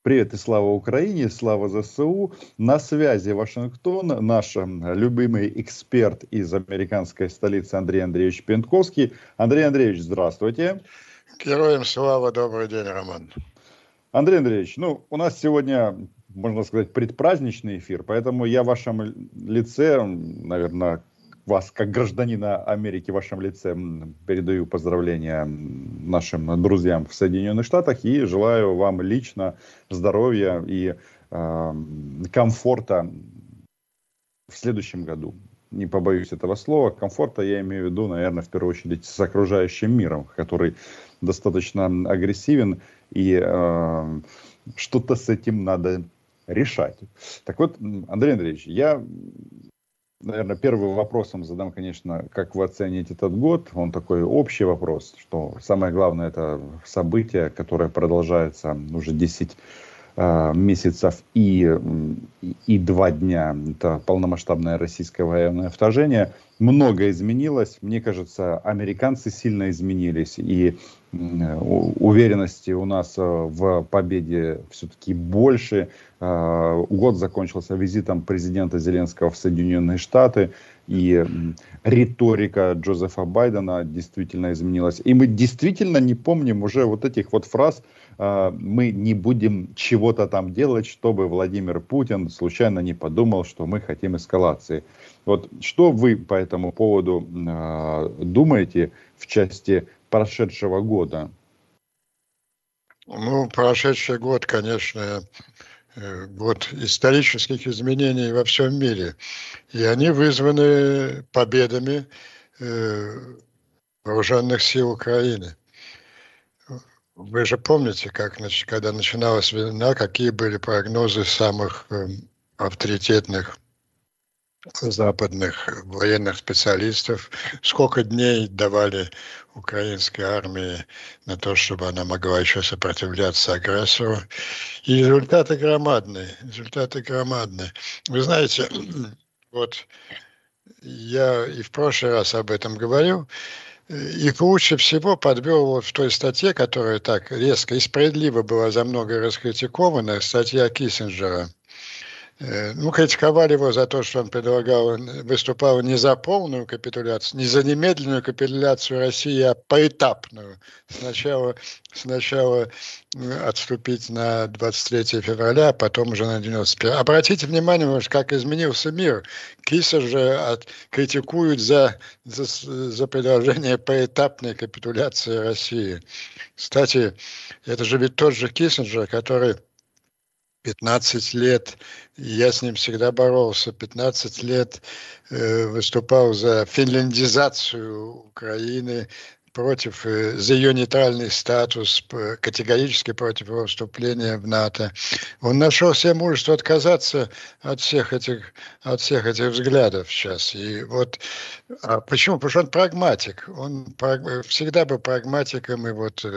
Привет и слава Украине, слава ЗСУ. На связи Вашингтон, наш любимый эксперт из американской столицы Андрей Андреевич Пентковский. Андрей Андреевич, здравствуйте. Героям слава, добрый день, Роман. Андрей Андреевич, у нас сегодня, можно сказать, предпраздничный эфир, поэтому я в вашем лице, наверное, вас, как гражданина Америки, в вашем лице передаю поздравления нашим друзьям в Соединенных Штатах и желаю вам лично здоровья и комфорта в следующем году. Не побоюсь этого слова. Комфорта я имею в виду, наверное, в первую очередь с окружающим миром, который достаточно агрессивен, и что-то с этим надо решать. Так вот, Андрей Андреевич, я... Наверное, первым вопросом задам, конечно, как вы оцените этот год. Он такой общий вопрос, что самое главное — это событие, которое продолжается уже 10 месяцев и 2 дня. Это полномасштабное российское военное вторжение. Многое изменилось. Мне кажется, американцы сильно изменились. И уверенности у нас в победе все-таки больше. Год закончился визитом президента Зеленского в Соединенные Штаты. И риторика Джозефа Байдена действительно изменилась. И мы действительно не помним уже вот этих вот фраз: мы не будем чего-то там делать, чтобы Владимир Путин случайно не подумал, что мы хотим эскалации. Вот что вы по этому поводу думаете в части прошедшего года? Прошедший год, конечно, год исторических изменений во всем мире. И они вызваны победами вооруженных сил Украины. Вы же помните, когда начиналась война, какие были прогнозы самых авторитетных западных военных специалистов, сколько дней давали украинской армии на то, чтобы она могла еще сопротивляться агрессору. И результаты громадные. Вы знаете, вот я и в прошлый раз об этом говорил, их лучше всего подвел вот в той статье, которая так резко и справедливо была за много раскритикована, статья Киссинджера. Критиковали его за то, что он выступал не за полную капитуляцию, не за немедленную капитуляцию России, а поэтапную. Сначала отступить на 23 февраля, а потом уже на 91. Обратите внимание, как изменился мир. Киссинджер критикуют за предложение поэтапной капитуляции России. Кстати, это же ведь тот же Киссинджер, который 15 лет, я с ним всегда боролся, 15 лет выступал за финляндизацию Украины, за ее нейтральный статус, категорически против его вступления в НАТО. Он нашел себе мужество отказаться от всех этих взглядов сейчас. И вот почему? Потому что он прагматик. Он всегда был прагматиком, и вот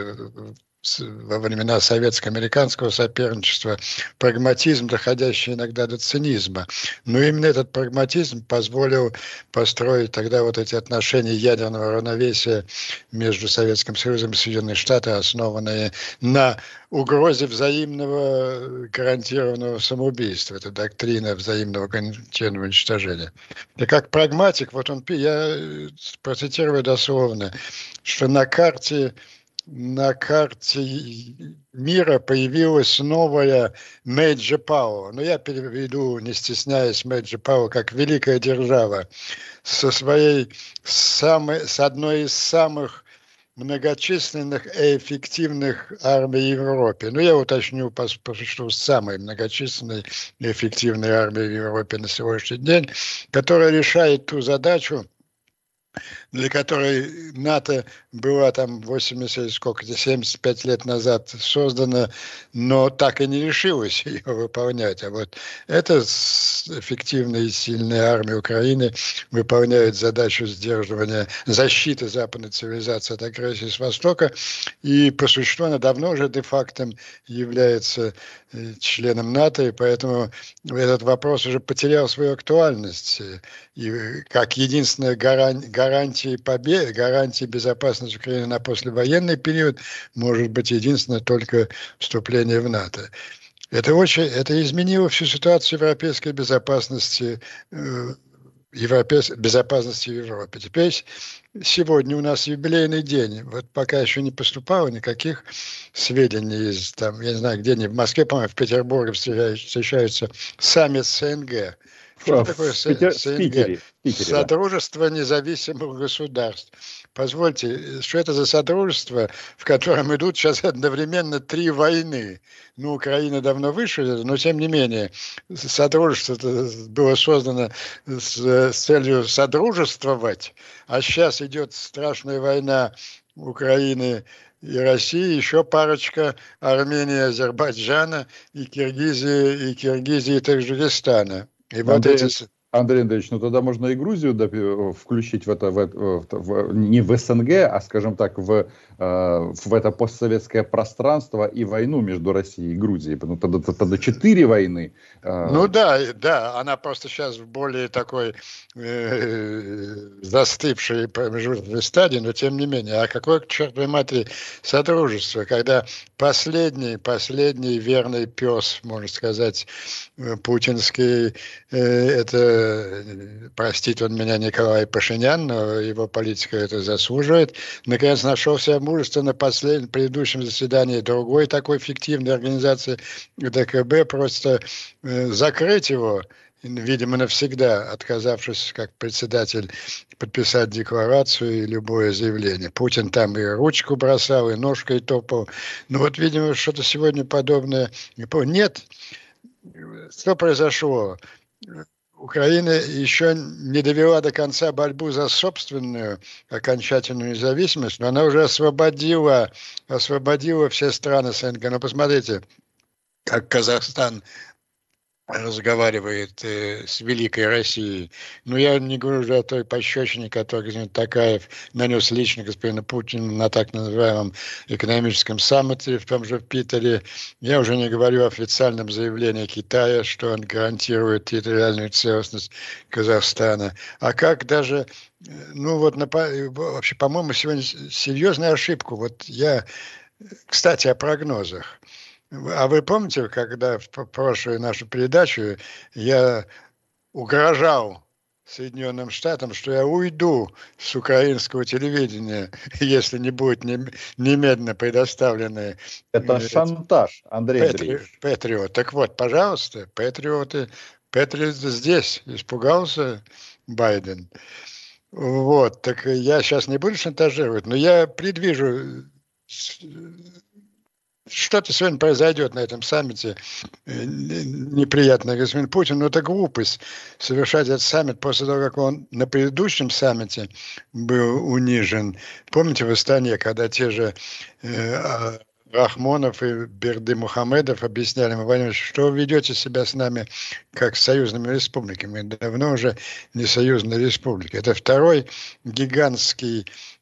во времена советско-американского соперничества прагматизм, доходящий иногда до цинизма. Но именно этот прагматизм позволил построить тогда вот эти отношения ядерного равновесия между Советским Союзом и Соединенными Штатами, основанные на угрозе взаимного гарантированного самоубийства. Это доктрина взаимного гарантированного уничтожения. И как прагматик, я процитирую дословно, что на карте мира появилась новая Major Power. Но я переведу, не стесняясь, Major Power как великая держава с одной из самых многочисленных и эффективных армий в Европе. Я уточню, что самой многочисленной и эффективной армией в Европе на сегодняшний день, которая решает ту задачу, для которой НАТО была там 75 лет назад создана, но так и не решилась ее выполнять. А вот эта эффективная и сильная армия Украины выполняет задачу сдерживания, защиты западной цивилизации от агрессии с Востока, и по существу она давно уже де-факто является членом НАТО, и поэтому этот вопрос уже потерял свою актуальность. И как единственная гарантия победы, гарантия безопасности Украины на послевоенный период может быть единственное только вступление в НАТО. Это изменило всю ситуацию европейской безопасности, безопасности в Европе. Теперь сегодня у нас юбилейный день. Вот пока еще не поступало никаких сведений из, там, я не знаю, где они, в Москве, по-моему, в Петербурге встречаются саммит СНГ. Что такое СНГ? Содружество независимых государств. Позвольте, что это за содружество, в котором идут сейчас одновременно 3 войны? Ну, Украина давно вышла, но тем не менее, содружество было создано с целью содружествовать, а сейчас идет страшная война Украины и России, еще парочка Армении, Азербайджана и Киргизии и Таджикистана. И вот Андрей Андреевич, ну тогда можно и Грузию включить в это, не в СНГ, а, скажем так, в это постсоветское пространство и войну между Россией и Грузией. Ну, тогда 4 войны. Ну да, она просто сейчас в более такой застывшей промежуточной стадии, но тем не менее. А какое, к чертовой матери, содружество, когда последний верный пес, можно сказать, путинский, это, простит он меня, Николай Пашинян, но его политика это заслуживает, наконец нашелся мужество на предыдущем заседании другой такой фиктивной организации ДКБ просто закрыть его, видимо, навсегда, отказавшись как председатель подписать декларацию и любое заявление. Путин там и ручку бросал, и ножкой топал. Ну вот, видимо, что-то сегодня подобное. Нет, что произошло? Украина еще не довела до конца борьбу за собственную окончательную независимость, но она уже освободила все страны СНГ. Но посмотрите, как Казахстан разговаривает с Великой Россией. Ну, я не говорю уже о той пощечине, которую Токаев нанес лично господину Путину на так называемом экономическом саммите в том же Питере. Я уже не говорю о официальном заявлении Китая, что он гарантирует территориальную целостность Казахстана. А как даже, ну вот, вообще, по-моему, сегодня серьезная ошибка. Вот я, кстати, о прогнозах. А вы помните, когда в прошлую нашу передачу я угрожал Соединенным Штатам, что я уйду с украинского телевидения, если не будет немедленно предоставлены... Это шантаж, Андрей Андреевич. Патриот. Так вот, пожалуйста, патриоты здесь. Испугался Байден. Вот, так я сейчас не буду шантажировать, но я предвижу... Что-то сегодня произойдет на этом саммите неприятно, господин Путин, но это глупость совершать этот саммит после того, как он на предыдущем саммите был унижен. Помните в Астане, когда те же Рахмонов и Бердымухамедов объясняли: Владимир, что вы ведете себя с нами как с союзными республиками? Мы давно уже не союзные республики. Это второй гигантский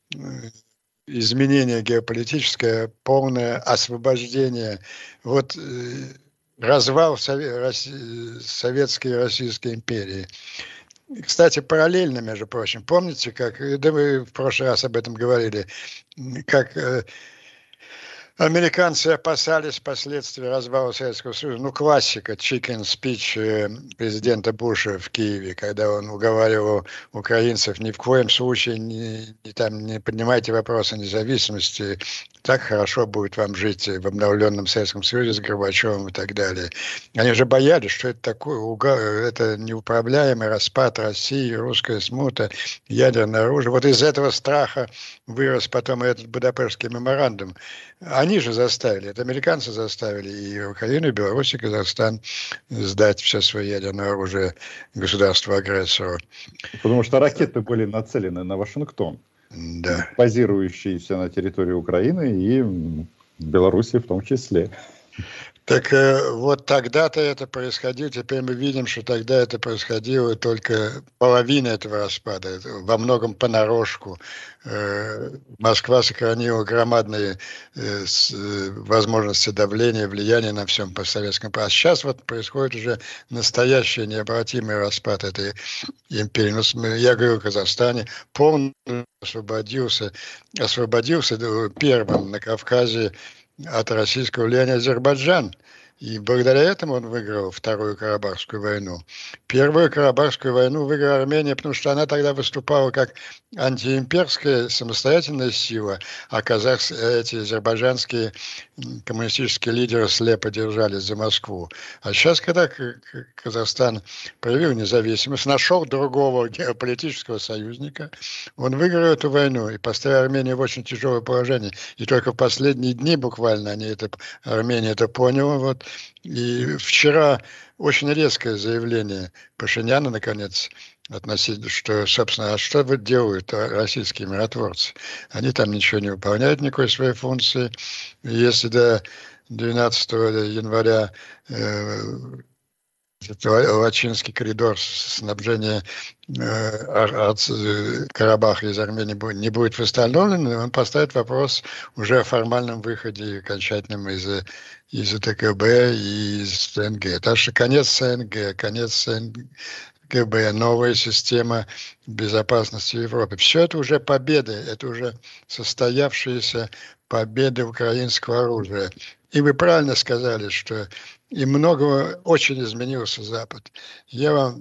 изменение геополитическое, полное освобождение, вот развал Советской и Российской империи. Кстати, параллельно, между прочим, помните, как, да вы в прошлый раз об этом говорили, как американцы опасались последствий развала Советского Союза. Ну, классика, chicken speech президента Буша в Киеве, когда он уговаривал украинцев: ни в коем случае не поднимайте вопрос о независимости, так хорошо будет вам жить в обновленном Советском Союзе с Горбачевым и так далее. Они же боялись, что это такое, это неуправляемый распад России, русская смута, ядерное оружие. Вот из этого страха вырос потом этот Будапештский меморандум. Они же заставили, это американцы заставили и Украину, и Беларусь, и Казахстан сдать все свое ядерное оружие государству-агрессору. Потому что ракеты были нацелены на Вашингтон, да, базирующиеся на территории Украины и Беларуси в том числе. Так вот тогда-то это происходило, теперь мы видим, что тогда это происходило только половина этого распада, во многом понарошку. Москва сохранила громадные возможности давления, влияния на всем постсоветском. А сейчас вот происходит уже настоящий необратимый распад этой империи. Ну, я говорю, в Казахстане полностью освободился первым на Кавказе от российского влияния Азербайджан. И благодаря этому он выиграл Вторую Карабахскую войну. Первую Карабахскую войну выиграла Армения, потому что она тогда выступала как антиимперская самостоятельная сила, а эти азербайджанские коммунистические лидеры слепо держались за Москву. А сейчас, когда Казахстан проявил независимость, нашел другого геополитического союзника, он выиграл эту войну и поставил Армению в очень тяжелое положение. И только в последние дни буквально Армения это поняла. Вот. И вчера очень резкое заявление Пашиняна, наконец, относительно, что, собственно, а что вот делают российские миротворцы? Они там ничего не выполняют, никакой своей функции. Если до 12 января Лачинский коридор снабжения Карабаха из Армении не будет восстановлен, он поставит вопрос уже о формальном выходе окончательном из ТКБ и из СНГ. Так что конец СНГБ, новая система безопасности Европы. Все это уже победы, это уже состоявшиеся победы украинского оружия. И вы правильно сказали, что и многого очень изменился Запад. Я вам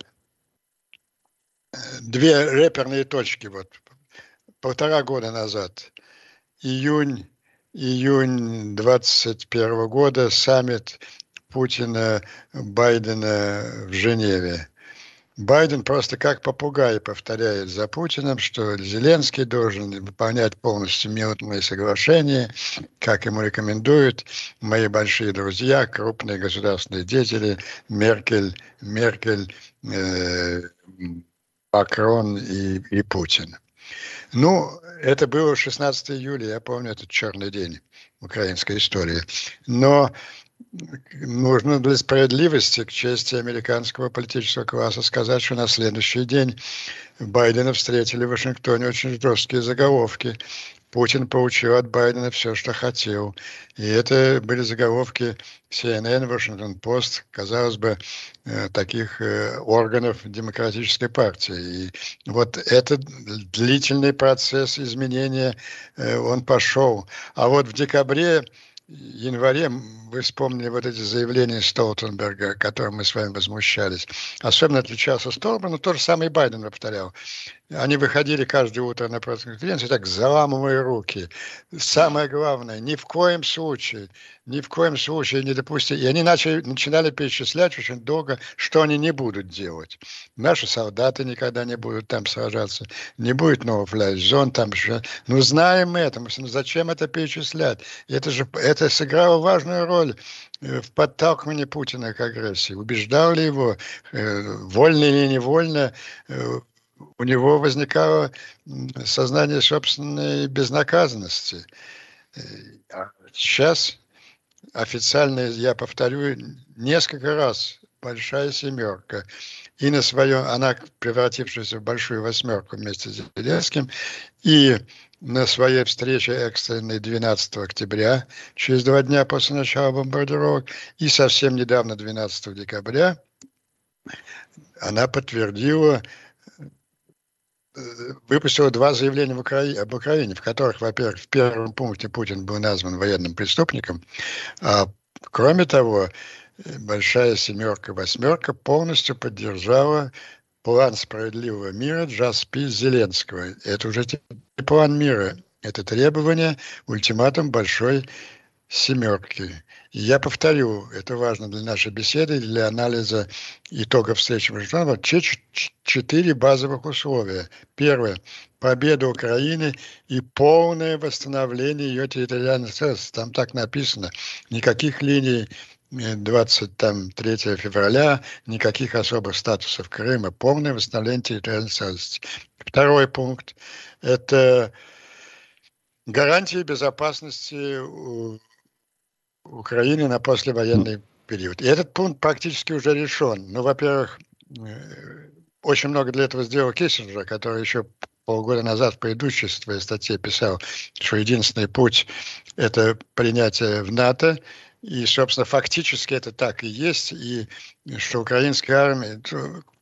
две реперные точки. Вот 1,5 года назад, июнь 2021 года, саммит Путина-Байдена в Женеве. Байден просто как попугай повторяет за Путиным, что Зеленский должен выполнять полностью мирные соглашения, как ему рекомендуют мои большие друзья, крупные государственные деятели, Меркель, Макрон и Путин. Ну, это было 16 июля, я помню этот черный день в украинской истории. Но нужно для справедливости, к чести американского политического класса, сказать, что на следующий день Байдена встретили в Вашингтоне очень жесткие заголовки. Путин получил от Байдена все, что хотел. И это были заголовки CNN, Washington Post, казалось бы, таких органов демократической партии. И вот этот длительный процесс изменения, он пошел. А вот в январе вы вспомнили вот эти заявления Столтенберга, которым мы с вами возмущались. Особенно отличался Столтенберг, но то же самое и Байден повторял. Они выходили каждое утро на пресс-конференцию, так заламывая руки. Самое главное, ни в коем случае не допустить. И они начинали перечислять очень долго, что они не будут делать. Наши солдаты никогда не будут там сражаться, не будет новых фляж-зон там. Ну, знаем мы это, зачем это перечислять? Это сыграло важную роль в подталкивании Путина к агрессии. Убеждал ли его, вольно или невольно, у него возникало сознание собственной безнаказанности. А сейчас официально, я повторю, несколько раз большая семерка, и она превратившаяся в большую восьмерку вместе с Зеленским, и на своей встрече экстренной 12 октября, через 2 дня после начала бомбардировок, и совсем недавно, 12 декабря, она выпустила 2 заявления об Украине, в которых, во-первых, в первом пункте Путин был назван военным преступником, а кроме того, большая семерка, восьмерка полностью поддержала план справедливого мира Just Peace Зеленского. Это уже не план мира, это требование, ультиматум большой семерки. И я повторю, это важно для нашей беседы, для анализа итогов встречи Вашингтона. Вот 4 базовых условия. Первое – победа Украины и полное восстановление ее территориальной целостности. Там так написано. Никаких линий 23 февраля, никаких особых статусов Крыма, полное восстановление территориальной целостности. Второй пункт – это гарантии безопасности Украины на послевоенный период. И этот пункт практически уже решен. Ну, во-первых, очень много для этого сделал Киссинджер, который еще полгода назад в предыдущей своей статье писал, что единственный путь – это принятие в НАТО. И, собственно, фактически это так и есть. И что украинская армия,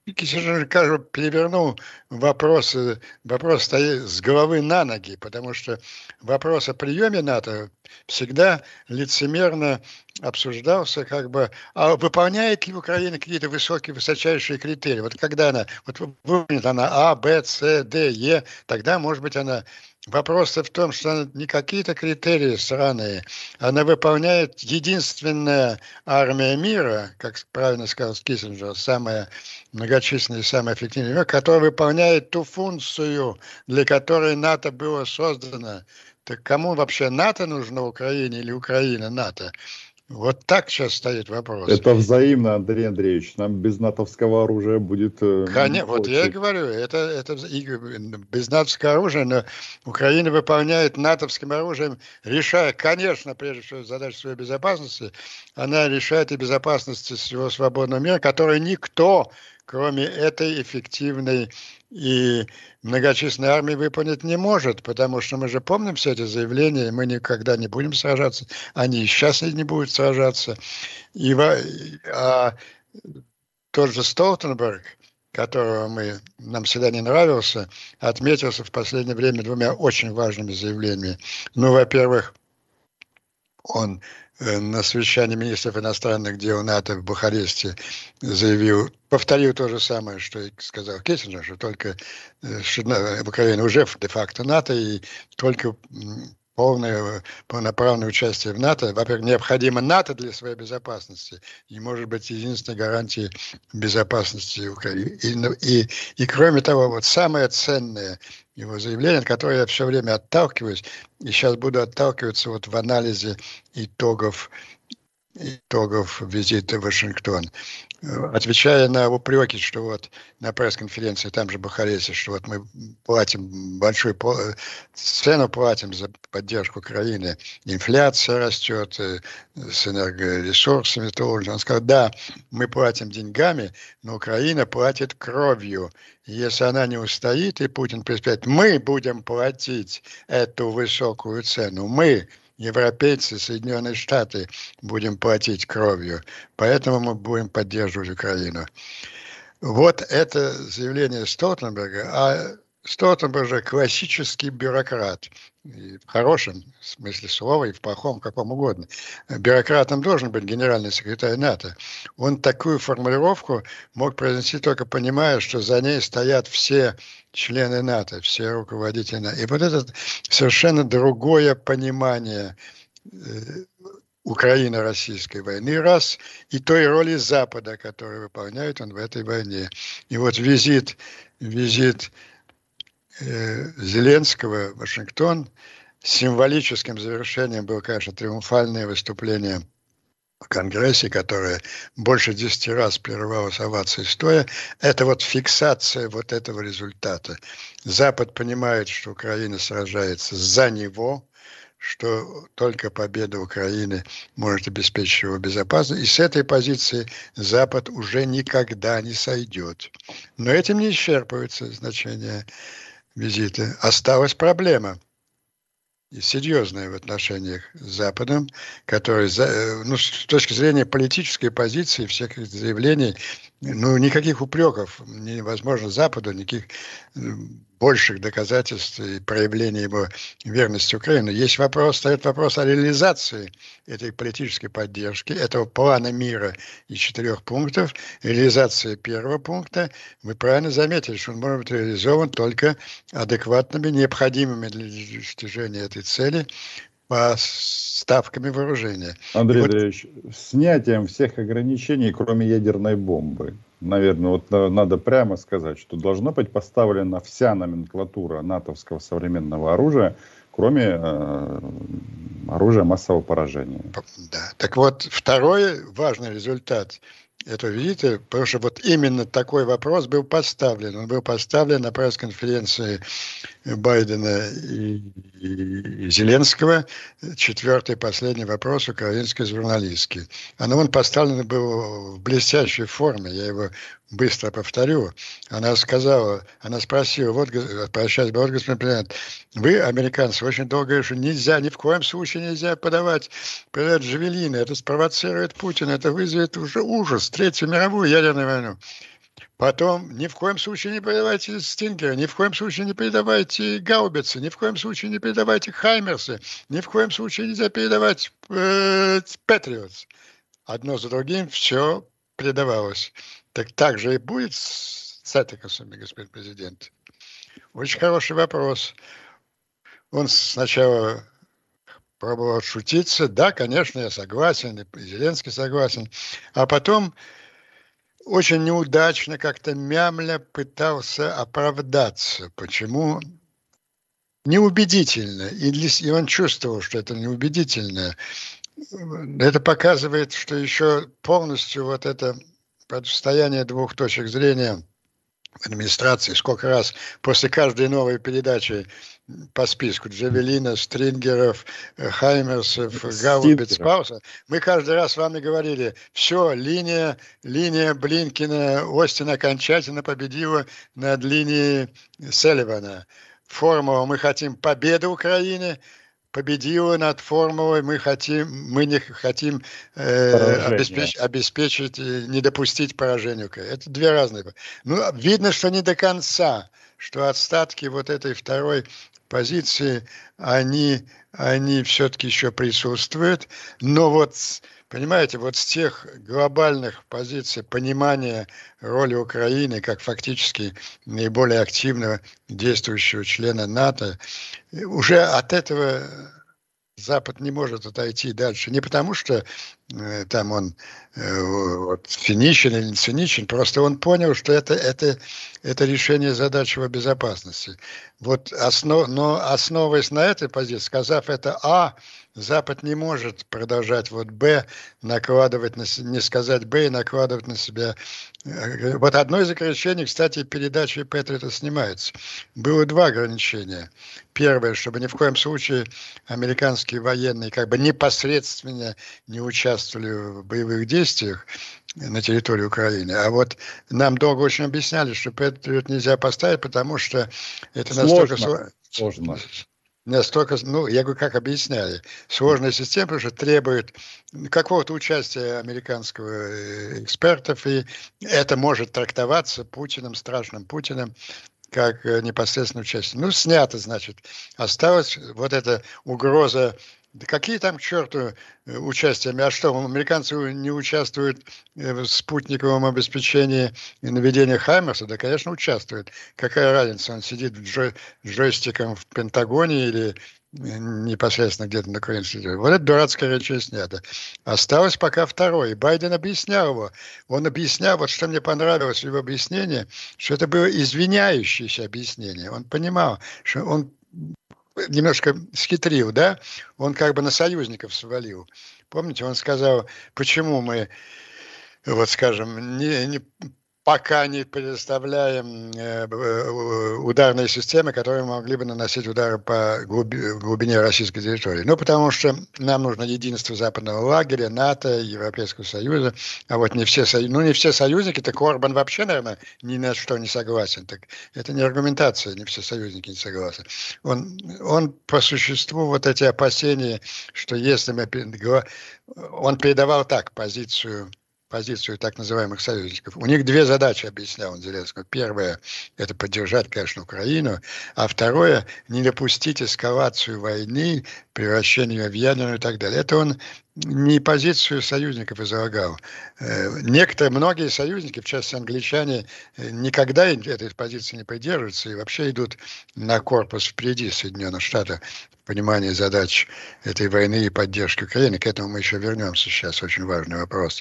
Киссинджер, кажется, перевернул вопрос стоит с головы на ноги, потому что вопрос о приеме НАТО всегда лицемерно обсуждался, как бы, а выполняет ли Украина какие-то высочайшие критерии? Вот когда она, вот выполнит она А, Б, С, Д, Е, тогда, может быть, она... Вопрос в том, что она не какие-то критерии сраные, она выполняет единственная армия мира, как правильно сказал Киссинджер, самая многочисленная и самая эффективная, которая выполняет ту функцию, для которой НАТО было создано. Так кому вообще НАТО нужно Украине или Украина НАТО? Вот так сейчас стоит вопрос. Это взаимно, Андрей Андреевич. Нам без натовского оружия будет Конечно, вот я и говорю, это без натовского оружия, но Украина выполняет натовским оружием, решая, конечно, прежде всего задачу своей безопасности, она решает и безопасность всего свободного мира, который никто, кроме этой эффективной и многочисленной армии, выполнить не может, потому что мы же помним все эти заявления, мы никогда не будем сражаться, они и сейчас не будут сражаться. Тот же Столтенберг, которого нам всегда не нравился, отметился в последнее время двумя очень важными заявлениями. Ну, во-первых, он на совещании министров иностранных дел НАТО в Бухаресте повторил то же самое, что и сказал Киссинджер, что только Украина уже де-факто НАТО, и только полноправное участие в НАТО. Во-первых, необходимо НАТО для своей безопасности и может быть единственной гарантией безопасности Украины. И кроме того, вот самое ценное его заявление, от которого я все время отталкиваюсь, и сейчас буду отталкиваться вот в анализе итогов визита в Вашингтон. Отвечая на упреки, что вот на пресс-конференции там же в Бухаресте, что вот мы платим большую цену платим за поддержку Украины, инфляция растет, с энергоресурсами тоже. Он сказал, да, мы платим деньгами, но Украина платит кровью. И если она не устоит, и Путин приспеет, мы будем платить эту высокую цену. Мы, европейцы, Соединенные Штаты, будем платить кровью. Поэтому мы будем поддерживать Украину. Вот это заявление Столтенберга. А Столтенберг же классический бюрократ. И в хорошем смысле слова, и в плохом, каком угодно. Бюрократом должен быть генеральный секретарь НАТО. Он такую формулировку мог произнести, только понимая, что за ней стоят все члены НАТО, все руководители НАТО. И вот это совершенно другое понимание Украино-российской войны, раз, и той роли Запада, которую выполняет он в этой войне. И вот визит Зеленского в Вашингтон символическим завершением было, конечно, триумфальное выступление в Конгрессе, которое больше 10 раз прерывалось овацией стоя. Это вот фиксация вот этого результата. Запад понимает, что Украина сражается за него, что только победа Украины может обеспечить его безопасность. И с этой позиции Запад уже никогда не сойдет. Но этим не исчерпывается значение визита. Осталась проблема, и серьезная в отношениях с Западом, который, ну, с точки зрения политической позиции, всех заявлений, ну, никаких упреков невозможно Западу, никаких больших доказательств и проявления его верности Украине. Есть вопрос, стоит вопрос о реализации этой политической поддержки, этого плана мира из 4 пунктов. Реализация первого пункта, вы правильно заметили, что он может быть реализован только адекватными, необходимыми для достижения этой цели поставками вооружения. Андрей Андреевич, снятием всех ограничений, кроме ядерной бомбы. Наверное, вот надо прямо сказать, что должна быть поставлена вся номенклатура натовского современного оружия, кроме оружия массового поражения. Да. Так вот, второй важный результат этого визита, потому что вот именно такой вопрос был поставлен. Он был поставлен на пресс-конференции Байдена и Зеленского, 4-й последний вопрос украинской журналистки. Он поставлен был в блестящей форме, я его быстро повторю. Она спросила, вот, обращаясь, вот, господин президент, вы, американцы, очень долго говорили, что нельзя, ни в коем случае нельзя подавать джавелины, это спровоцирует Путина, это вызовет уже ужас, Третью мировую ядерную войну. Потом ни в коем случае не передавайте Стингеры, ни в коем случае не передавайте гаубицы, ни в коем случае не передавайте Хаймерсы, ни в коем случае нельзя передавать Патриотс. Одно за другим все передавалось. Так же и будет с Атикусами, господин президент? Очень хороший вопрос. Он сначала пробовал шутиться. Да, конечно, я согласен, и Зеленский согласен. А потом очень неудачно, как-то мямля пытался оправдаться. Почему? Неубедительно. И он чувствовал, что это неубедительно. Это показывает, что еще полностью вот это противостояние двух точек зрения администрации, сколько раз после каждой новой передачи по списку Джавелина, Стрингеров, Хаймерсов, Гаубиц, Пауса, мы каждый раз с вами говорили, все, линия Блинкина, Остин окончательно победила над линией Салливана. Формула «Мы хотим победы Украины» победила над формулой мы не хотим обеспечить, не допустить поражения. Это две разные. Ну, видно, что не до конца, что отстатки вот этой второй позиции, они все-таки еще присутствуют. Но вот, понимаете, вот с тех глобальных позиций понимания роли Украины как фактически наиболее активного действующего члена НАТО, уже от этого Запад не может отойти дальше. Не потому, что там он циничен или не циничен, просто он понял, что это решение задач его безопасности. Вот но основываясь на этой позиции, сказав это А, Запад не может продолжать вот Б, накладывать не сказать Б и накладывать на себя. Вот одно из ограничений, кстати, передачи Патриота снимается. Было два ограничения. Первое, чтобы ни в коем случае американские военные как бы непосредственно не участвовали в боевых действиях на территории Украины. А вот нам долго очень объясняли, что Патриот нельзя поставить, потому что это сложно. Настолько, ну, я говорю, как объясняли, сложная система, потому что требует какого-то участия американского экспертов, и это может трактоваться Путиным, страшным Путиным, как непосредственно участие. Ну, снято, значит. Осталась вот эта угроза. Да какие там к черту участиями? А что, американцы не участвуют в спутниковом обеспечении и наведении Хаймерса? Да, конечно, участвуют. Какая разница, он сидит джойстиком в Пентагоне или непосредственно где-то на украинской территории. Вот это дурацкая речь снята. Осталось пока второе. И Байден объяснял его. Он объяснял, вот что мне понравилось в его объяснении, что это было извиняющееся объяснение. Он понимал, что он немножко схитрил, да? Он как бы на союзников свалил. Помните, он сказал, почему мы, вот скажем, пока не предоставляем ударные системы, которые могли бы наносить удары по глубине российской территории. Ну, потому что нам нужно единство западного лагеря, НАТО, Европейского Союза. А вот не все союзники, так Орбан вообще, наверное, ни на что не согласен. Так это не аргументация, не все союзники не согласны. Он по существу вот эти опасения, что если мы... Он передавал так позицию так называемых союзников. У них две задачи, объяснял он Зеленскому. Первое – это поддержать, конечно, Украину, а второе – не допустить эскалацию войны, превращение ее в ядерную и так далее. Это он не позицию союзников излагал. Многие союзники, в частности англичане, никогда этой позиции не придерживаются и вообще идут на корпус впереди Соединенных Штатов в понимании задач этой войны и поддержки Украины. К этому мы еще вернемся сейчас. Очень важный вопрос.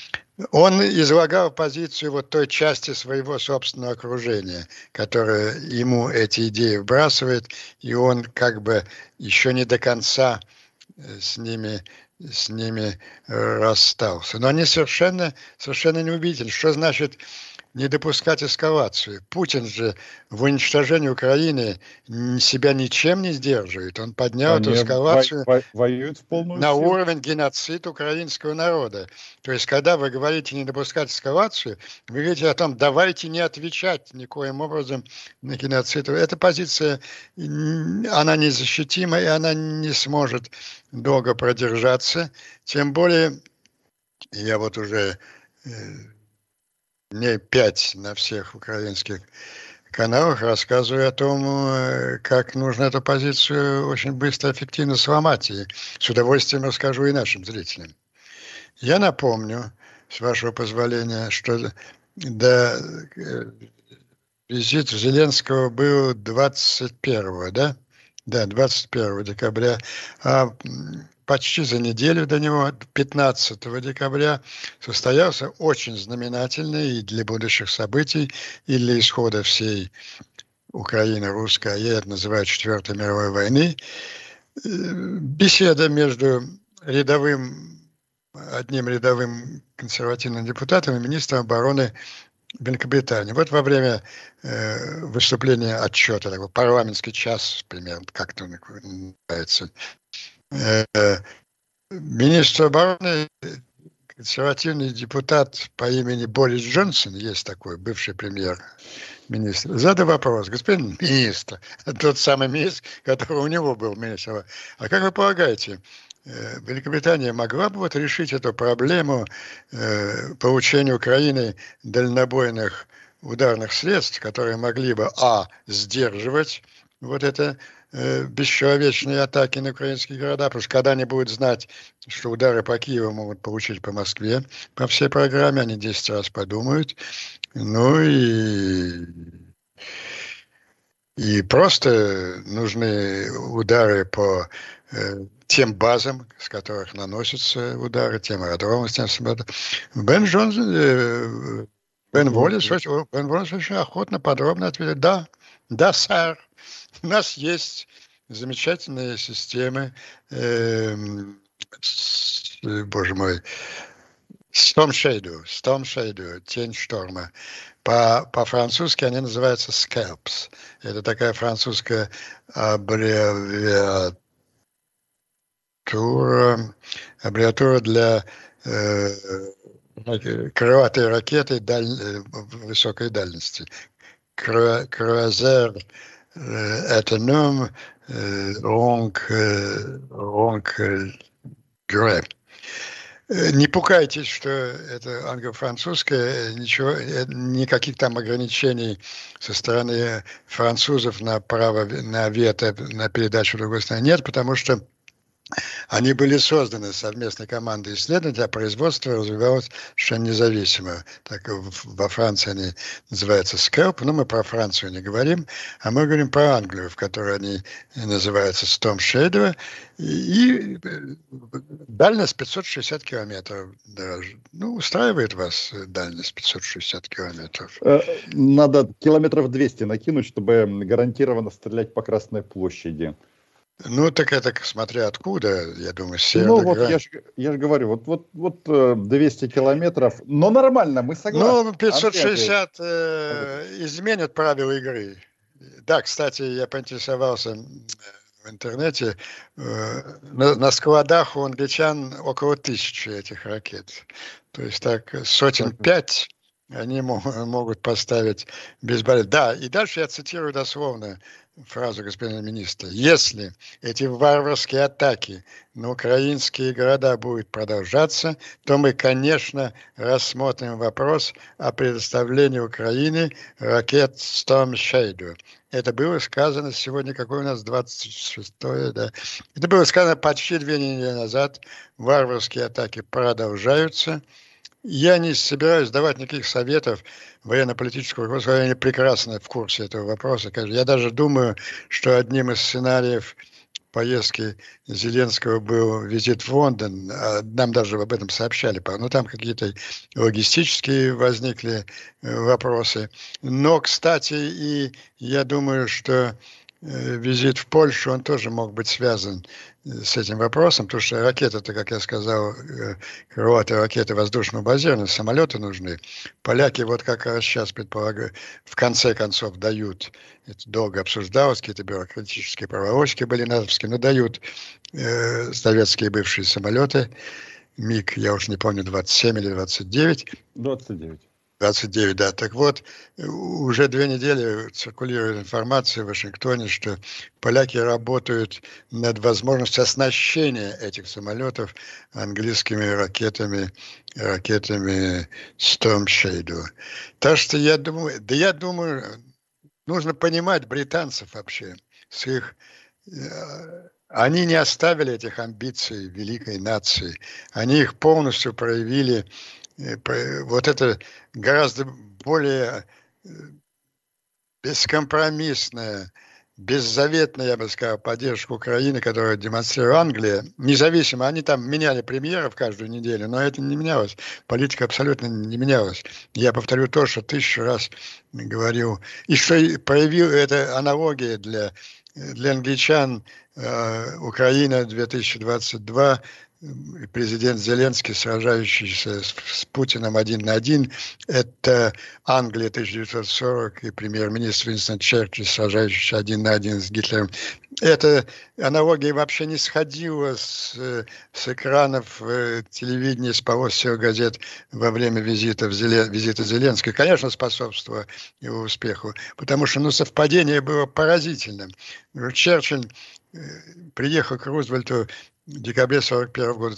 Он излагал позицию вот той части своего собственного окружения, которая ему эти идеи вбрасывает, и он как бы еще не до конца с ними расстался. Но они совершенно не убедительны. Что значит не допускать эскалацию? Путин же в уничтожении Украины себя ничем не сдерживает. Он поднял эту эскалацию на уровень геноцида украинского народа. То есть, когда вы говорите не допускать эскалацию, вы говорите о том, давайте не отвечать никоим образом на геноцид. Эта позиция, она незащитима, и она не сможет долго продержаться. Тем более, я вот уже дней 5 на всех украинских каналах, рассказываю о том, как нужно эту позицию очень быстро, эффективно сломать. И с удовольствием расскажу и нашим зрителям. Я напомню, с вашего позволения, что визит Зеленского был 21, да? Да, 21 декабря. А почти за неделю до него, 15 декабря, состоялся очень знаменательный и для будущих событий, и для исхода всей Украины, русской, а я это называю Четвертой мировой войны, беседа между одним рядовым консервативным депутатом и министром обороны Великобритании. Вот во время выступления отчета, такой парламентский час, примерно, как-то он называется, министр обороны, консервативный депутат по имени Борис Джонсон, есть такой, бывший премьер-министр, задал вопрос: господин министр, тот самый министр, который у него был министр, а как вы полагаете, Великобритания могла бы вот решить эту проблему получения Украины дальнобойных ударных средств, которые могли бы сдерживать вот это бесчеловечные атаки на украинские города, потому что когда они будут знать, что удары по Киеву могут получить по Москве по всей программе, они 10 раз подумают. Ну и просто нужны удары по тем базам, с которых наносятся удары, тем аэродромам, с тем самолетом. Бен Воллес очень охотно, подробно ответил: да, сэр, у нас есть замечательные системы, боже мой, Storm Shadow, тень шторма. По-французски они называются Scalps. Это такая французская аббревиатура для крылатой ракеты высокой дальности. Croiseur autonome longue Не пугайтесь, что это англо-французское, никаких там ограничений со стороны французов на право на вето, на передачу другой стране нет, потому что они были созданы совместной командой исследователей, а производство развивалось совершенно независимо. Так во Франции они называются SCALP, но мы про Францию не говорим, а мы говорим про Англию, в которой они называются Storm Shadow, и дальность 560 километров. Ну, устраивает вас дальность 560 километров? Надо километров 200 накинуть, чтобы гарантированно стрелять по Красной площади. Ну, так это смотря откуда, я думаю, с Ну, вот я же говорю, вот 200 километров, но нормально, мы согласны. Ну, 560 изменят правила игры. Да, кстати, я поинтересовался в интернете, на складах у англичан около 1000 этих ракет. То есть так сотен 5 они могут поставить без болезни. Да, и дальше я цитирую дословно фразу господина министра: если эти варварские атаки на украинские города будут продолжаться, то мы, конечно, рассмотрим вопрос о предоставлении Украине ракет Storm Shadow. Это было сказано сегодня, какой у нас 26-е, да? Это было сказано почти 2 недели назад. Варварские атаки продолжаются. Я не собираюсь давать никаких советов военно-политического руководства, я прекрасно в курсе этого вопроса. Я даже думаю, что одним из сценариев поездки Зеленского был визит в Лондон. Нам даже об этом сообщали. Но там какие-то логистические возникли вопросы. Но, кстати, и я думаю, что визит в Польшу, он тоже мог быть связан с этим вопросом, потому что ракеты-то, как я сказал, крылатые ракеты воздушного базирования, самолеты нужны. Поляки вот как раз сейчас, предполагаю, в конце концов дают, это долго обсуждалось, какие-то бюрократические проволочки были натовские, но дают советские бывшие самолеты, МиГ, я уж не помню, 27 или 29. 29. 29, да. Так вот, уже 2 недели циркулирует информация в Вашингтоне, что поляки работают над возможностью оснащения этих самолетов английскими ракетами Storm Shadow. Так что я думаю, нужно понимать британцев вообще, с их они не оставили этих амбиций великой нации. Они их полностью проявили. Вот это гораздо более бескомпромиссная, беззаветная, я бы сказал, поддержка Украины, которую демонстрирует Англия. Независимо, они там меняли премьеров каждую неделю, но это не менялось. Политика абсолютно не менялась. Я повторю то, что 1000 раз говорил. И что проявил это аналогия для англичан. Украина 2022, президент Зеленский, сражающийся с Путиным 1 на 1, это Англия 1940 и премьер-министр Уинстон Черчилль, сражающийся 1 на 1 с Гитлером. Эта аналогия вообще не сходила с экранов телевидения, с полос всех газет во время визита Зеленского. Конечно, способствовало его успеху, потому что совпадение было поразительным. Черчилль приехал к Рузвельту в декабре 1941 года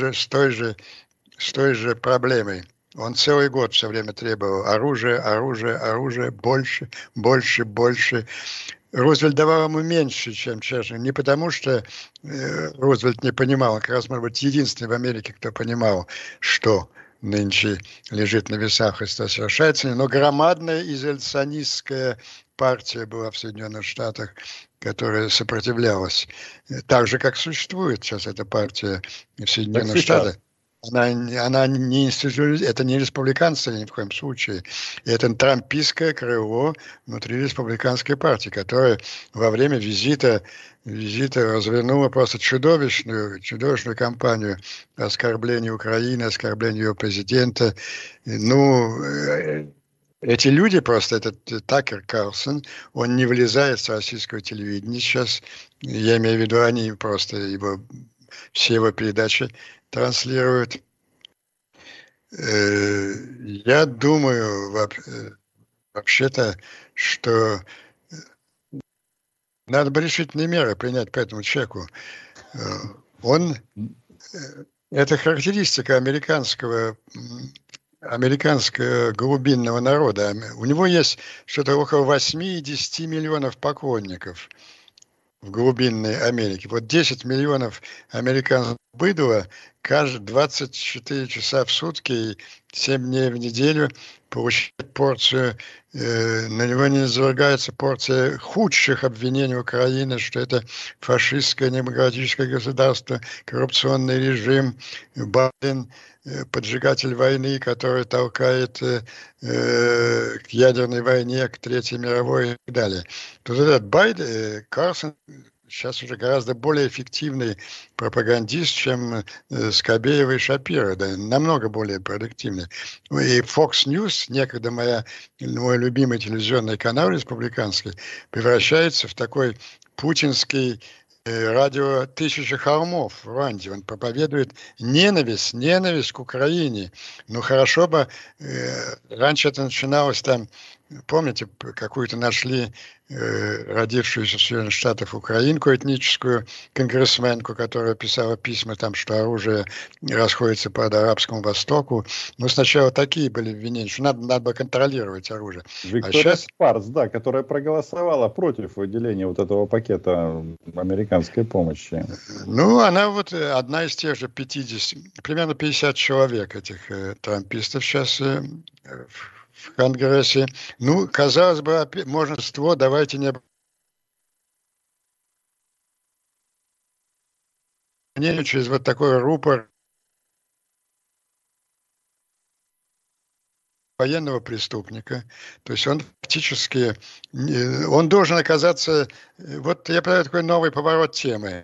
с той же проблемой. Он целый год все время требовал оружие, больше. Рузвельт давал ему меньше, чем Черчилль. Не потому, что Рузвельт не понимал, а как раз, может быть, единственный в Америке, кто понимал, что нынче лежит на весах Христос совершается, но громадная изоляционистская партия была в Соединенных Штатах, которая сопротивлялась. Так же, как существует сейчас эта партия в Соединенных Штатах. Она не это не республиканцы ни в коем случае. Это трампистское крыло внутри республиканской партии, которая во время визита развернула просто чудовищную кампанию оскорбления Украины, оскорбления ее президента. Эти люди просто, этот Такер Карлсон, он не влезает с российского телевидения сейчас. Я имею в виду, они просто все его передачи транслируют. Я думаю, вообще-то, что надо бы решительные меры принять по этому человеку. Это характеристика американского глубинного народа. У него есть что-то около 8-10 миллионов поклонников в глубинной Америке. Вот 10 миллионов американцев быдла каждые 24 часа в сутки и 7 дней в неделю получает порцию, на него не извергается порция худших обвинений Украины, что это фашистское демократическое государство, коррупционный режим, Байден, поджигатель войны, который толкает к ядерной войне, к Третьей мировой и так далее. Тут этот Карлсон сейчас уже гораздо более эффективный пропагандист, чем Скобеева и Шапира, да, намного более продуктивный. И Fox News, некогда мой любимый телевизионный канал республиканский, превращается в такой путинский радио «Тысячи холмов» в Руанде. Он проповедует ненависть к Украине. Ну, хорошо бы, раньше это начиналось там, помните, какую-то нашли родившуюся в Соединенных Штатах украинку этническую, конгрессменку, которая писала письма, там, что оружие расходится по Арабскому Востоку. Ну, сначала такие были обвинения, что надо бы контролировать оружие. Виктория Спарц, да, которая проголосовала против выделения вот этого пакета американской помощи. Ну, она вот одна из тех же 50, примерно 50 человек этих трампистов сейчас в Конгрессе. Ну, казалось бы, множество, давайте не через вот такой рупор военного преступника. То есть он фактически, он должен оказаться, вот я понимаю, такой новый поворот темы.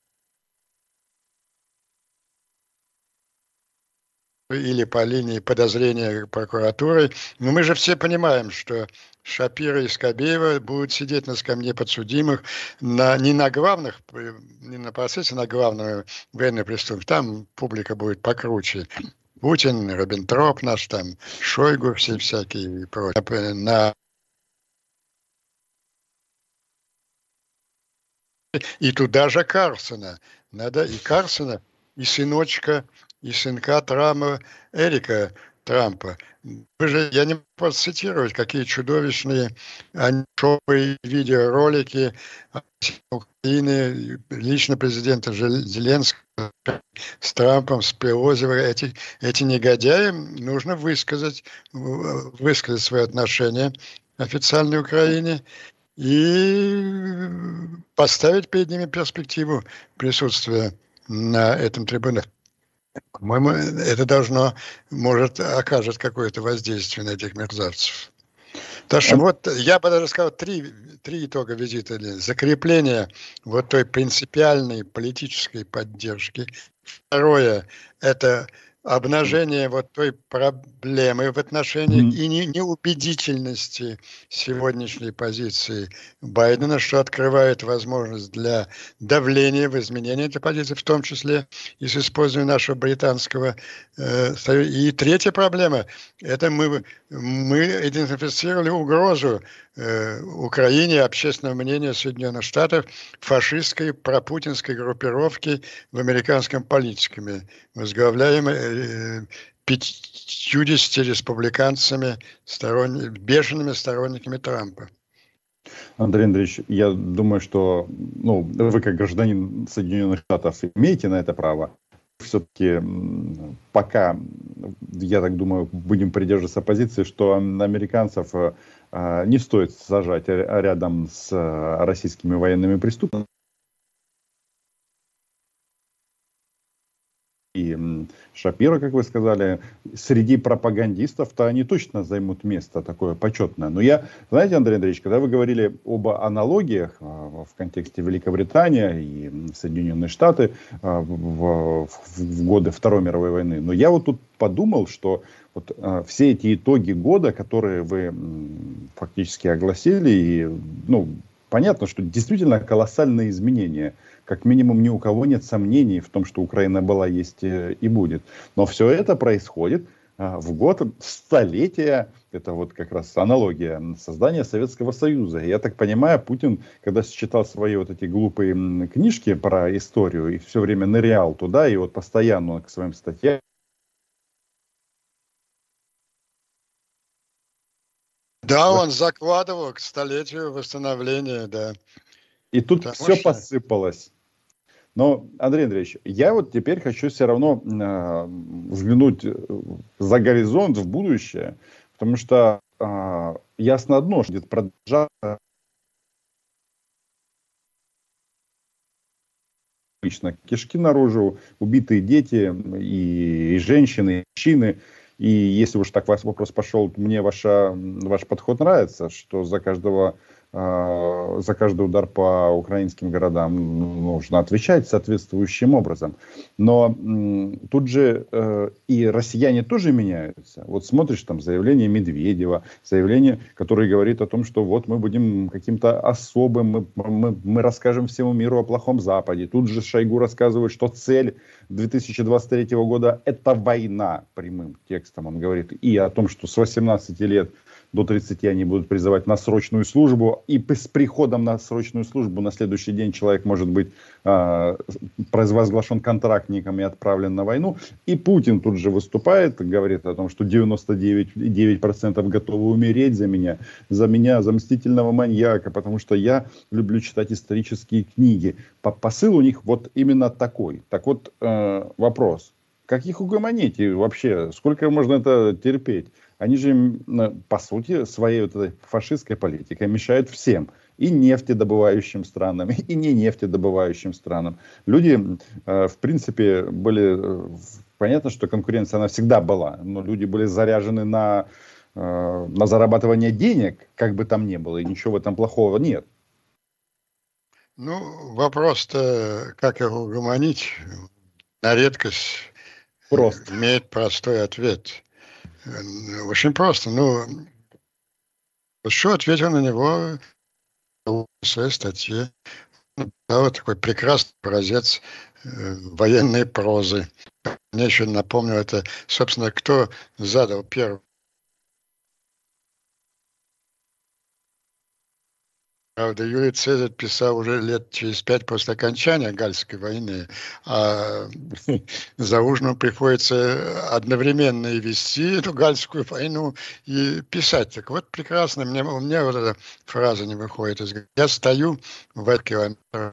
Или по линии подозрения прокуратуры. Но мы же все понимаем, что Шапира и Скобеева будут сидеть на скамье подсудимых не на процессе, на главном военном преступлении. Там публика будет покруче. Путин, Риббентроп наш там, Шойгу все всякие и прочее. И туда же Карсона. Надо и Карсона, и сыночка, и сынка Трампа, Эрика Трампа. Я не могу цитировать, какие чудовищные аншовые видеоролики Украины, лично президента Зеленского с Трампом, с Пелози. Эти негодяи нужно высказать свое отношение официальной Украине и поставить перед ними перспективу присутствия на этом трибунале. По-моему, это может, окажет какое-то воздействие на этих мерзавцев. Так что вот, я бы даже сказал, три итога визита. Закрепление вот той принципиальной политической поддержки. Второе, это обнажение вот той проблемы в отношении и неубедительности сегодняшней позиции Байдена, что открывает возможность для давления в изменении этой позиции, в том числе и с использованием нашего британского союза. И третья проблема – это мы идентифицировали угрозу Украине, общественного мнения Соединенных Штатов, фашистской пропутинской группировки в американском политикуме, возглавляемой 50 республиканцами, бешеными сторонниками Трампа. Андрей Андреевич, я думаю, что вы как гражданин Соединенных Штатов имеете на это право. Все-таки пока, я так думаю, будем придерживаться позиции, что американцев не стоит сажать рядом с российскими военными преступниками. И Шапира, как вы сказали, среди пропагандистов-то они точно займут место такое почетное. Но знаете, Андрей Андреевич, когда вы говорили об аналогиях в контексте Великобритании и Соединенные Штаты в годы Второй мировой войны, но я вот тут подумал, что вот все эти итоги года, которые вы фактически огласили, и, понятно, что действительно колоссальные изменения. Как минимум ни у кого нет сомнений в том, что Украина была, есть и будет. Но все это происходит в год столетия, это вот как раз аналогия создания Советского Союза. Я так понимаю, Путин, когда читал свои вот эти глупые книжки про историю и все время нырял туда, и вот постоянно к своим статьям. Да, он закладывал к столетию восстановления, да. И тут все посыпалось. Но, Андрей Андреевич, я вот теперь хочу все равно взглянуть за горизонт в будущее, потому что ясно одно, что где-то продолжаться обычно кишки наружу, убитые дети и женщины, и мужчины. И если уж так ваш вопрос пошел, мне ваш подход нравится, что за каждый удар по украинским городам нужно отвечать соответствующим образом. Но тут же и россияне тоже меняются. Вот смотришь, там заявление Медведева, заявление, которое говорит о том, что вот мы будем каким-то особым, мы расскажем всему миру о плохом Западе. Тут же Шойгу рассказывает, что цель 2023 года – это война, прямым текстом он говорит. И о том, что с 18 лет до 30 они будут призывать на срочную службу, и с приходом на срочную службу на следующий день человек может быть провозглашен контрактником и отправлен на войну. И Путин тут же выступает, говорит о том, что 99% готовы умереть за меня, за мстительного маньяка, потому что я люблю читать исторические книги. Посыл у них вот именно такой. Так вот, вопрос. Как их угомонить и вообще, сколько можно это терпеть? Они же, по сути, своей вот этой фашистской политикой мешают всем. И нефтедобывающим странам, и не нефтедобывающим странам. Люди, в принципе, были... Понятно, что конкуренция, она всегда была. Но люди были заряжены на зарабатывание денег, как бы там ни было. И ничего в этом плохого нет. Вопрос-то, как их угомонить, на редкость имеет простой ответ. Очень просто. Еще ответил на него в своей статье. Вот такой прекрасный образец военной прозы. Мне еще напомню, это, собственно, кто задал первый. Правда, Юлий Цезарь писал уже лет через 5 после окончания Гальской войны, а Залужному приходится одновременно и вести эту Гальскую войну, и писать. Так вот, прекрасно, у меня вот эта фраза не выходит из головы. Я стою в этом километре.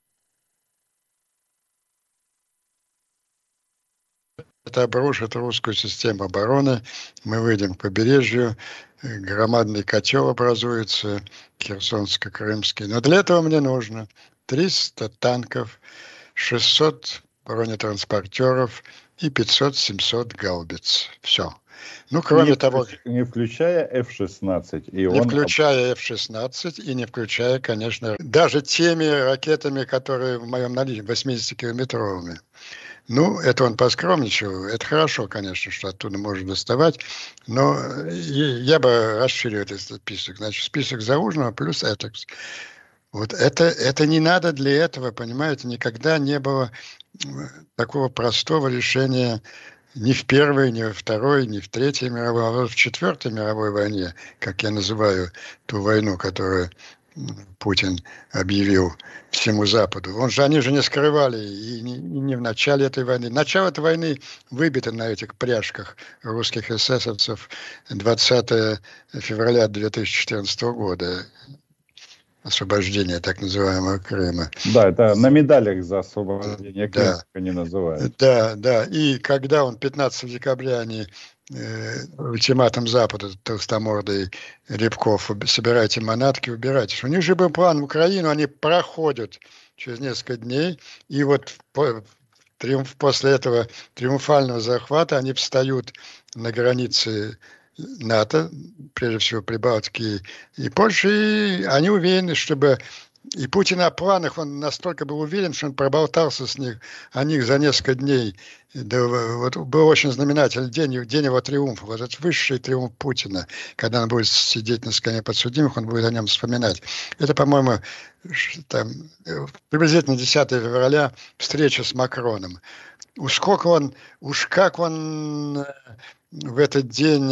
Это обрушит русскую систему обороны. Мы выйдем к побережью, громадный котел образуется, Херсонско-Крымский. Но для этого мне нужно 300 танков, 600 бронетранспортеров и 500-700 гаубиц. Все. Ну, кроме того... Не включая F-16. Не включая F-16 и не включая, конечно, даже теми ракетами, которые в моем наличии, 80-километровыми. Ну, это он поскромничал. Это хорошо, конечно, что оттуда можно доставать. Но я бы расширил этот список. Значит, список Залужного плюс Этекс. Вот это не надо для этого, понимаете? Никогда не было такого простого решения ни в Первой, ни во Второй, ни в Третьей мировой, а вот в Четвертой мировой войне, как я называю ту войну, которую Путин объявил всему Западу. Они же не скрывали и не в начале этой войны. Начало этой войны выбито на этих пряжках русских эсэсовцев 20 февраля 2014 года. Освобождение так называемого Крыма. Да, это на медалях за освобождение Крыма, как они называют. Да. И когда 15 декабря они ультиматум Запада, толстомордый Рябков, собирайте манатки, убирайтесь. У них же был план в Украину, они проходят через несколько дней, и вот после этого триумфального захвата они встают на границе НАТО, прежде всего Прибалтики и Польши, и они уверены, чтобы... И Путин о планах, он настолько был уверен, что он проболтался о них за несколько дней. Да, вот был очень знаменательный день его триумфа, вот этот высший триумф Путина, когда он будет сидеть на скамье подсудимых, он будет о нем вспоминать. Это, по-моему, приблизительно 10 февраля встреча с Макроном. Уж как он в этот день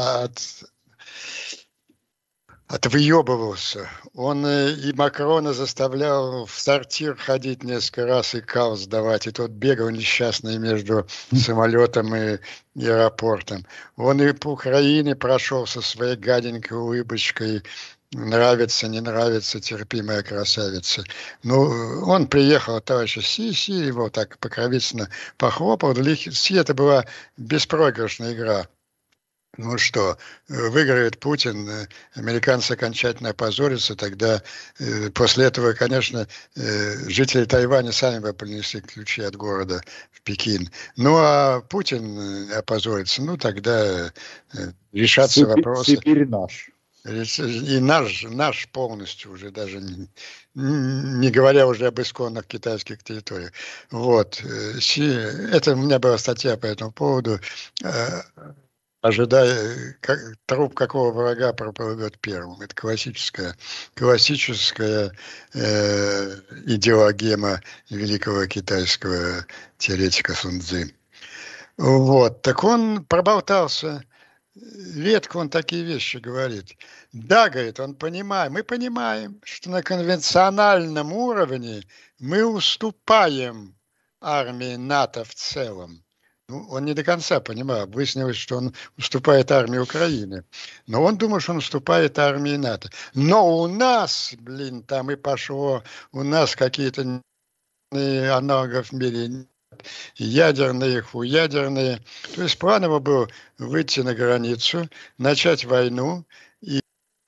отвъебывался. Он и Макрона заставлял в сортир ходить несколько раз и кал сдавать. И тот бегал несчастный между самолетом и аэропортом. Он и по Украине прошел со своей гаденькой улыбочкой. Нравится, не нравится, терпимая красавица. Ну, он приехал, товарища Си его так покровительно похлопал. Для Си это была беспроигрышная игра. Ну что, выиграет Путин, американцы окончательно опозорятся, тогда после этого, конечно, жители Тайваня сами бы принесли ключи от города в Пекин. Ну, а Путин опозорится, ну, тогда решатся вопросы. Сибирь наш. И наш полностью уже, даже не говоря уже об исконных китайских территориях. Вот. Это у меня была статья по этому поводу. Ожидая, труп какого врага проплывет первым. Это классическая идеологема великого китайского теоретика Сун Цзы. Вот. Так он проболтался. Редко он такие вещи говорит. Да, говорит, мы понимаем, что на конвенциональном уровне мы уступаем армии НАТО в целом. Ну, он не до конца понимал. Выяснилось, что он уступает армии Украины. Но он думал, что он уступает армии НАТО. Но у нас, там и пошло, у нас какие-то аналогов в мире нет. Ядерные, хуядерные. То есть план его был выйти на границу, начать войну и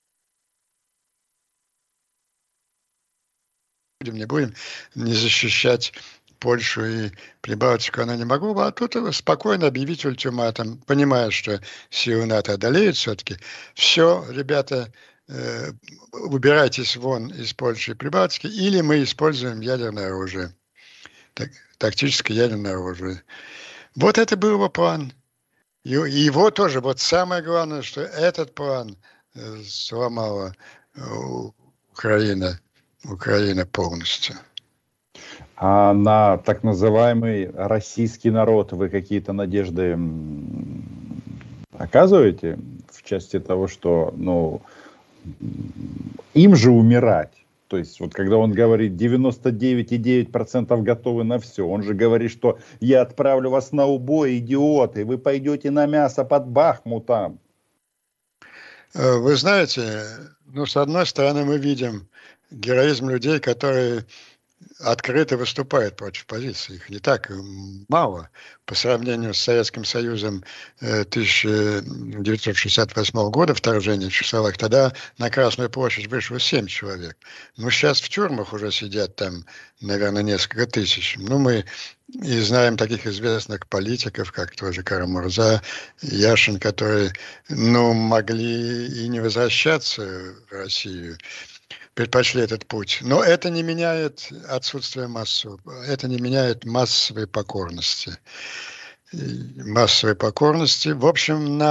не будем не защищать Польшу и Прибалтику она не могла, а тут спокойно объявить ультиматум, понимая, что силы НАТО одолеют все-таки. Все, ребята, убирайтесь вон из Польши и Прибалтики, или мы используем ядерное оружие, тактическое ядерное оружие. Вот это был его план. И его тоже, вот самое главное, что этот план сломала Украина полностью. А на так называемый российский народ вы какие-то надежды оказываете в части того, что, ну, им же умирать? То есть, вот когда он говорит 99,9% готовы на все, он же говорит, что я отправлю вас на убой, идиоты, вы пойдете на мясо под Бахмутом. Вы знаете, ну, с одной стороны, мы видим героизм людей, которые открыто выступают против позиции. Их не так мало по сравнению с Советским Союзом 1968 года, вторжения часовых. Тогда на Красную площадь вышло 7 человек. Ну, сейчас в тюрьмах уже сидят там, наверное, несколько тысяч. Ну, мы и знаем таких известных политиков, как тоже Карамурза, Яшин, которые, ну, могли и не возвращаться в Россию, предпочли этот путь. Но это не меняет отсутствие массового, это не меняет массовой покорности. Массовой покорности. В общем,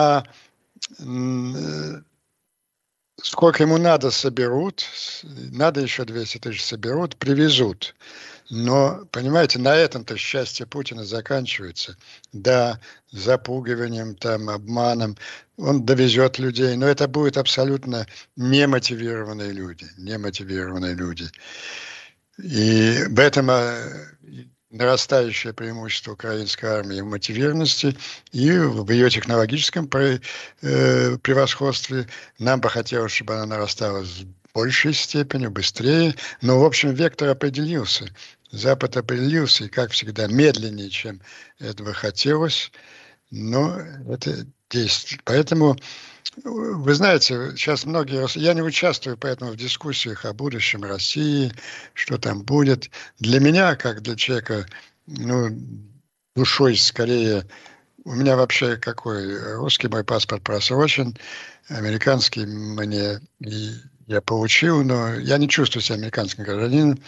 сколько ему надо, соберут, надо еще 200 тысяч соберут, привезут. Но, понимаете, на этом-то счастье Путина заканчивается. Да, запугиванием, там, обманом. Он довезет людей, но это будут абсолютно немотивированные люди. Немотивированные люди. И в этом нарастающее преимущество украинской армии в мотивированности и в ее технологическом превосходстве. Нам бы хотелось, чтобы она нарастала в большей степени, быстрее. Но, в общем, вектор определился. Запад определился, и, как всегда, медленнее, чем этого хотелось, но это действует. Поэтому, вы знаете, сейчас многие... Я не участвую, поэтому, в дискуссиях о будущем России, что там будет. Для меня, как для человека, ну, душой скорее... У меня вообще какой? Русский мой паспорт просрочен, американский мне я получил, но я не чувствую себя американским гражданином.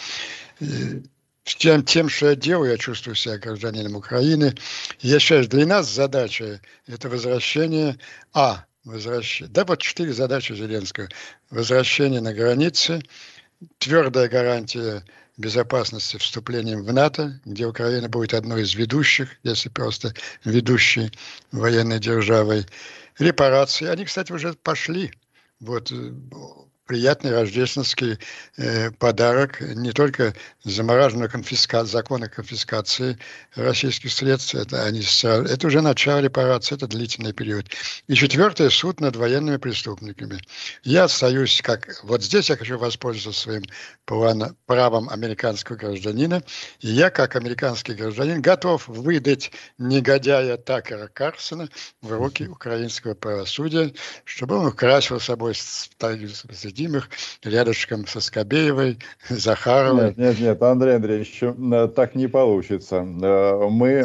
Тем, что я делаю, я чувствую себя гражданином Украины. Я считаю, для нас задача – это возвращение, да вот 4 задачи Зеленского. Возвращение на границе, твердая гарантия безопасности вступлением в НАТО, где Украина будет одной из ведущих, если просто ведущей военной державой, репарации. Они, кстати, уже пошли. Вот приятный рождественский подарок, не только замораженную закон о конфискации российских средств, это уже начало репарации, это длительный период. И 4-й суд над военными преступниками. Я остаюсь, вот здесь я хочу воспользоваться своим правом американского гражданина, и я, как американский гражданин, готов выдать негодяя Такера Карлсона в руки украинского правосудия, чтобы он украсил собой их рядышком со Скобеевой, Захаровой. Нет, Андрей Андреевич, так не получится. Мы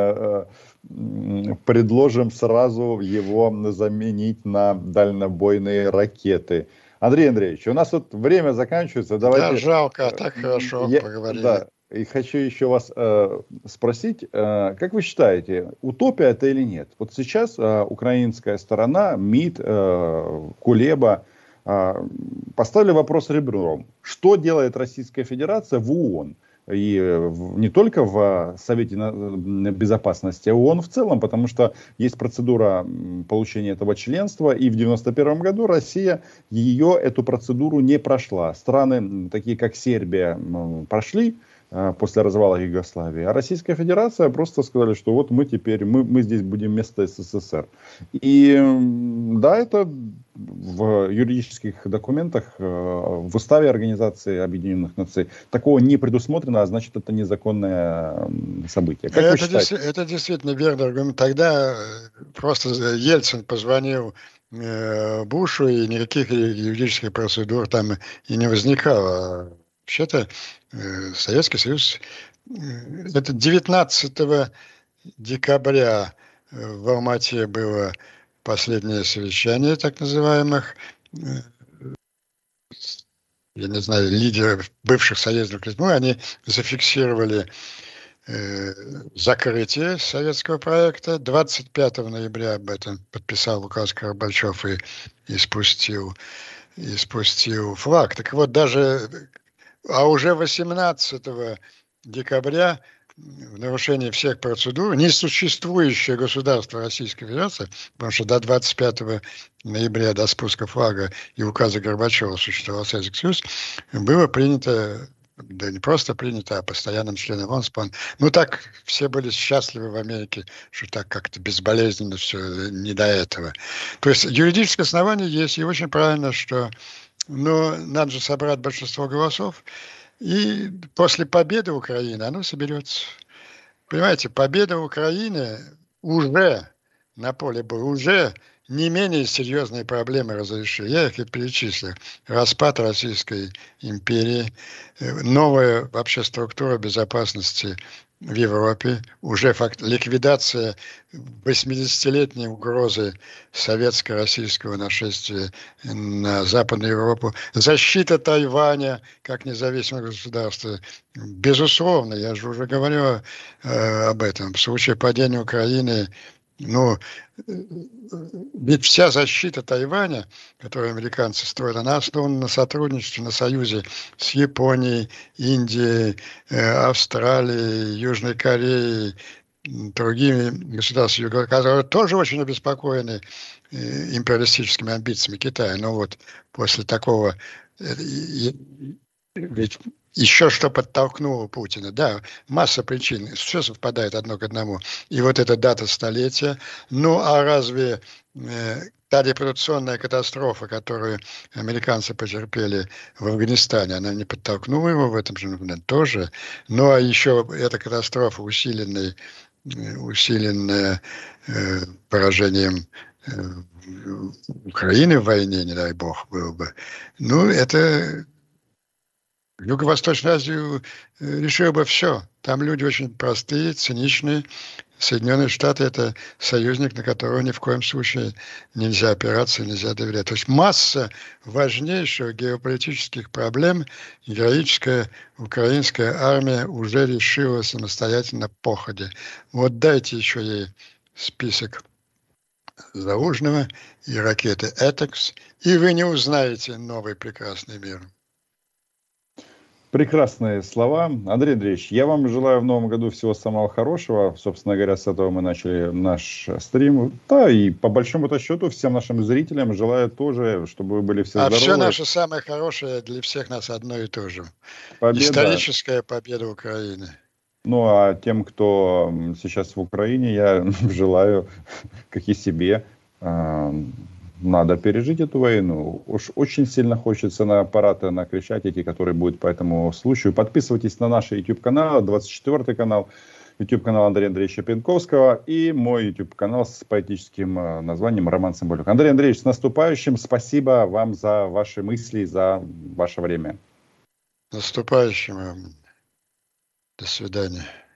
предложим сразу его заменить на дальнобойные ракеты. Андрей Андреевич, у нас тут время заканчивается. Давайте... Да, жалко, а так хорошо поговорили. Да, и хочу еще вас спросить, как вы считаете, утопия это или нет? Вот сейчас украинская сторона, МИД, Кулеба поставили вопрос ребром. Что делает Российская Федерация в ООН? И не только в Совете Безопасности, а ООН в целом, потому что есть процедура получения этого членства, и в 1991 году Россия эту процедуру не прошла. Страны, такие как Сербия, прошли после развала Югославии, а Российская Федерация просто сказали, что вот мы теперь, мы здесь будем вместо СССР. И да, это в юридических документах, в уставе Организации Объединенных Наций такого не предусмотрено, а значит это незаконное событие. Как вы считаете? Это действительно верный аргумент. Тогда просто Ельцин позвонил Бушу, и никаких юридических процедур там и не возникало. Вообще-то Советский Союз, это 19 декабря в Алмате было последнее совещание так называемых, я не знаю, лидеров бывших союзных республик. Они зафиксировали закрытие советского проекта. 25 ноября об этом подписал указ Горбачев и спустил флаг. Так вот, даже... А уже 18 декабря в нарушении всех процедур несуществующее государство Российской Федерации, потому что до 25 ноября, до спуска флага и указа Горбачева существовал Советский Союз, было принято, да не просто принято, а постоянным членом ООН. Ну так все были счастливы в Америке, что так как-то безболезненно все, не до этого. То есть юридическое основание есть, и очень правильно, что надо же собрать большинство голосов, и после победы Украины оно соберется. Понимаете, победа Украины уже на поле боя, уже не менее серьезные проблемы разрешили. Я их и перечислил. Распад Российской империи, новая вообще структура безопасности в Европе, уже ликвидация 80-летней угрозы советско-российского нашествия на Западную Европу, защита Тайваня как независимого государства. Безусловно, я же уже говорю об этом. В случае падения Украины, ведь вся защита Тайваня, которую американцы строят, она основана на сотрудничестве, на союзе с Японией, Индией, Австралией, Южной Кореей, другими государствами, которые тоже очень обеспокоены империалистическими амбициями Китая. Но вот после такого, ведь еще что подтолкнуло Путина. Да, масса причин, все совпадает одно к одному. И вот эта дата столетия. А разве та репутационная катастрофа, которую американцы потерпели в Афганистане, она не подтолкнула его в этом же момент тоже? А еще эта катастрофа, усиленная поражением Украины в войне, не дай бог, было бы. Это Юго-Восточную Азию решил бы все. Там люди очень простые, циничные. Соединенные Штаты – это союзник, на которого ни в коем случае нельзя опираться, нельзя доверять. То есть масса важнейших геополитических проблем героическая украинская армия уже решила самостоятельно походе. Вот дайте еще ей список Залужного и ракеты «Этекс», и вы не узнаете новый прекрасный мир. Прекрасные слова. Андрей Андреевич, я вам желаю в новом году всего самого хорошего. Собственно говоря, с этого мы начали наш стрим. Да, и по большому-то счету всем нашим зрителям желаю тоже, чтобы вы были все здоровы. Все наше самое хорошее для всех нас одно и то же. Победа. Историческая победа Украины. А тем, кто сейчас в Украине, я желаю, как и себе, надо пережить эту войну. Уж очень сильно хочется на аппараты накричать эти, которые будут по этому случаю. Подписывайтесь на наш YouTube-канал, 24-й канал, YouTube-канал Андрея Андреевича Пенковского и мой YouTube-канал с поэтическим названием «Роман Цымбалюк». Андрей Андреевич, с наступающим. Спасибо вам за ваши мысли, за ваше время. С наступающим. До свидания.